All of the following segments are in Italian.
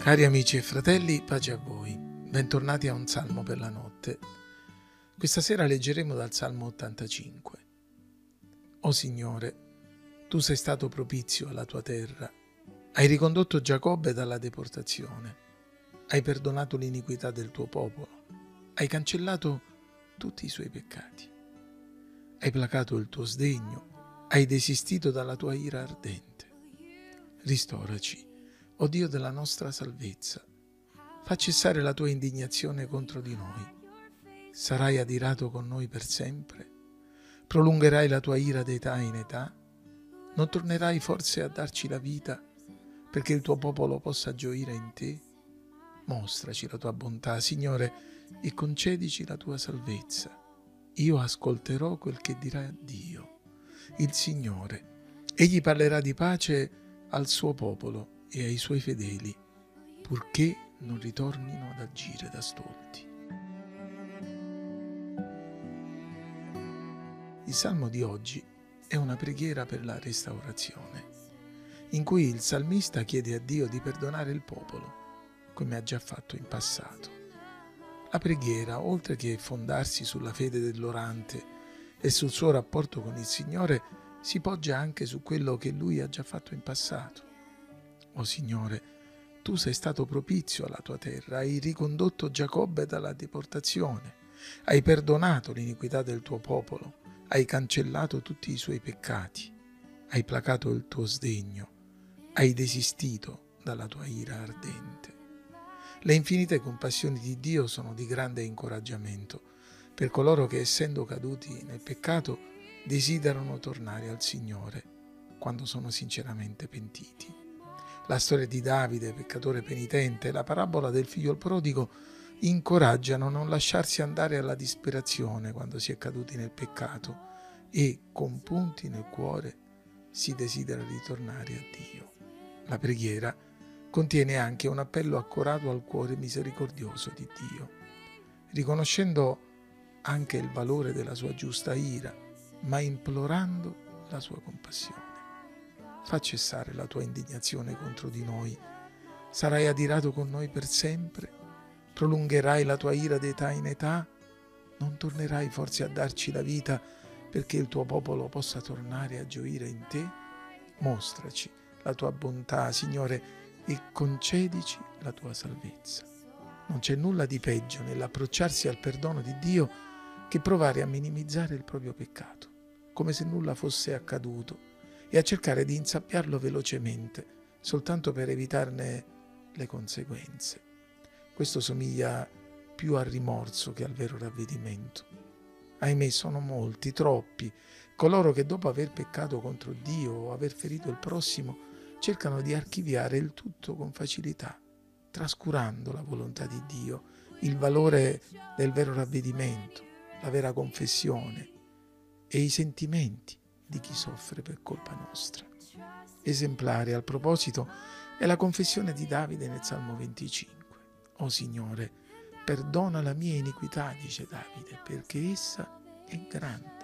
Cari amici e fratelli, pace a voi. Bentornati a un salmo per la notte. Questa sera leggeremo dal Salmo 85. O Signore, tu sei stato propizio alla tua terra. Hai ricondotto Giacobbe dalla deportazione. Hai perdonato l'iniquità del tuo popolo. Hai cancellato tutti i suoi peccati. Hai placato il tuo sdegno. Hai desistito dalla tua ira ardente. Ristoraci, o Dio della nostra salvezza. Fa cessare la tua indignazione contro di noi. Sarai adirato con noi per sempre? Prolungherai la tua ira d'età in età? Non tornerai forse a darci la vita perché il tuo popolo possa gioire in te? Mostraci la tua bontà, Signore, e concedici la tua salvezza. Io ascolterò quel che dirà Dio, il Signore. Egli parlerà di pace al suo popolo e ai suoi fedeli, purché non ritornino ad agire da stolti. Il salmo di oggi è una preghiera per la restaurazione, in cui il salmista chiede a Dio di perdonare il popolo, come ha già fatto in passato. La preghiera, oltre che fondarsi sulla fede dell'orante e sul suo rapporto con il Signore, si poggia anche su quello che Lui ha già fatto in passato. O Signore, tu sei stato propizio alla tua terra, hai ricondotto Giacobbe dalla deportazione, hai perdonato l'iniquità del tuo popolo, hai cancellato tutti i suoi peccati, hai placato il tuo sdegno, hai desistito dalla tua ira ardente. Le infinite compassioni di Dio sono di grande incoraggiamento per coloro che, essendo caduti nel peccato, desiderano tornare al Signore quando sono sinceramente pentiti. La storia di Davide, peccatore penitente, e la parabola del figlio prodigo incoraggiano a non lasciarsi andare alla disperazione quando si è caduti nel peccato e, con punti nel cuore, si desidera ritornare a Dio. La preghiera contiene anche un appello accorato al cuore misericordioso di Dio, riconoscendo anche il valore della sua giusta ira, ma implorando la sua compassione. Fa cessare la tua indignazione contro di noi. Sarai adirato con noi per sempre? Prolungherai la tua ira d'età in età? Non tornerai forse a darci la vita perché il tuo popolo possa tornare a gioire in te? Mostraci la tua bontà, Signore, e concedici la tua salvezza. Non c'è nulla di peggio nell'approcciarsi al perdono di Dio che provare a minimizzare il proprio peccato, come se nulla fosse accaduto, e a cercare di insabbiarlo velocemente, soltanto per evitarne le conseguenze. Questo somiglia più al rimorso che al vero ravvedimento. Ahimè, sono molti, troppi, coloro che dopo aver peccato contro Dio o aver ferito il prossimo, cercano di archiviare il tutto con facilità, trascurando la volontà di Dio, il valore del vero ravvedimento, la vera confessione e i sentimenti di chi soffre per colpa nostra. Esemplare al proposito è la confessione di Davide nel Salmo 25. O Signore, perdona la mia iniquità, dice Davide, perché essa è grande.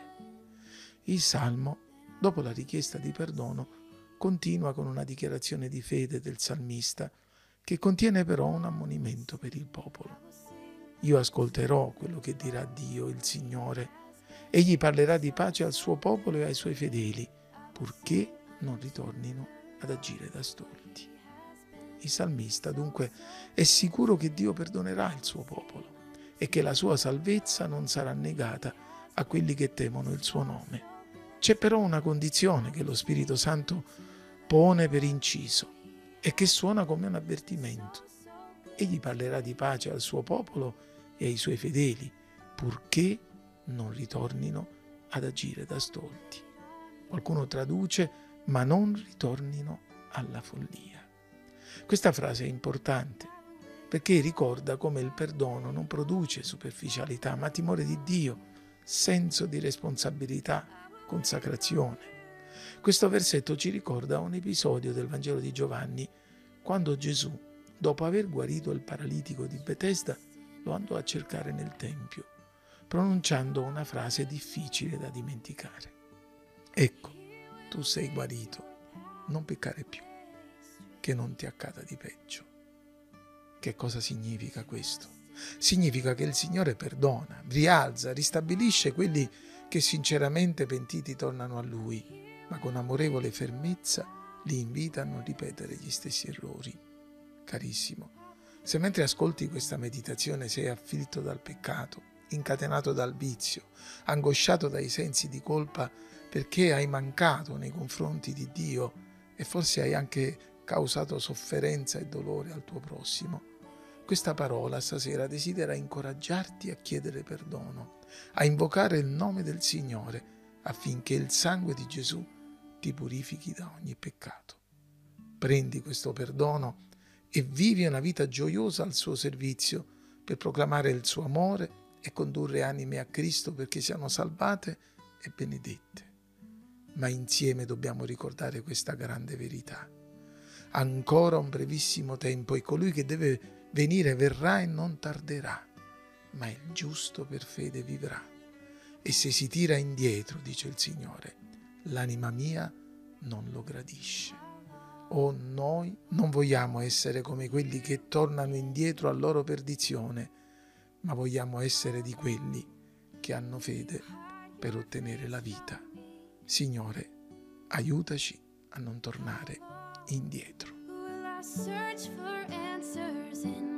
Il Salmo, dopo la richiesta di perdono, continua con una dichiarazione di fede del salmista, che contiene però un ammonimento per il popolo. Io ascolterò quello che dirà Dio, il Signore. Egli parlerà di pace al suo popolo e ai suoi fedeli, purché non ritornino ad agire da stolti. Il salmista dunque è sicuro che Dio perdonerà il suo popolo e che la sua salvezza non sarà negata a quelli che temono il suo nome. C'è però una condizione che lo Spirito Santo pone per inciso e che suona come un avvertimento. Egli parlerà di pace al suo popolo e ai suoi fedeli, purché non ritornino ad agire da stolti. Qualcuno traduce, ma non ritornino alla follia. Questa frase è importante perché ricorda come il perdono non produce superficialità, ma timore di Dio, senso di responsabilità, consacrazione. Questo versetto ci ricorda un episodio del Vangelo di Giovanni, quando Gesù, dopo aver guarito il paralitico di Betesda, lo andò a cercare nel Tempio, pronunciando una frase difficile da dimenticare. Ecco, tu sei guarito, non peccare più, che non ti accada di peggio. Che cosa significa questo? Significa che il Signore perdona, rialza, ristabilisce quelli che sinceramente pentiti tornano a Lui, ma con amorevole fermezza li invita a non ripetere gli stessi errori. Carissimo, se mentre ascolti questa meditazione sei afflitto dal peccato, incatenato dal vizio, angosciato dai sensi di colpa perché hai mancato nei confronti di Dio e forse hai anche causato sofferenza e dolore al tuo prossimo, questa parola stasera desidera incoraggiarti a chiedere perdono, a invocare il nome del Signore affinché il sangue di Gesù ti purifichi da ogni peccato. Prendi questo perdono e vivi una vita gioiosa al suo servizio per proclamare il suo amore e condurre anime a Cristo perché siano salvate e benedette. Ma insieme dobbiamo ricordare questa grande verità. Ancora un brevissimo tempo e colui che deve venire verrà e non tarderà, ma il giusto per fede vivrà. E se si tira indietro, dice il Signore, l'anima mia non lo gradisce. Oh, noi non vogliamo essere come quelli che tornano indietro a loro perdizione, ma vogliamo essere di quelli che hanno fede per ottenere la vita. Signore, aiutaci a non tornare indietro. Search for answers in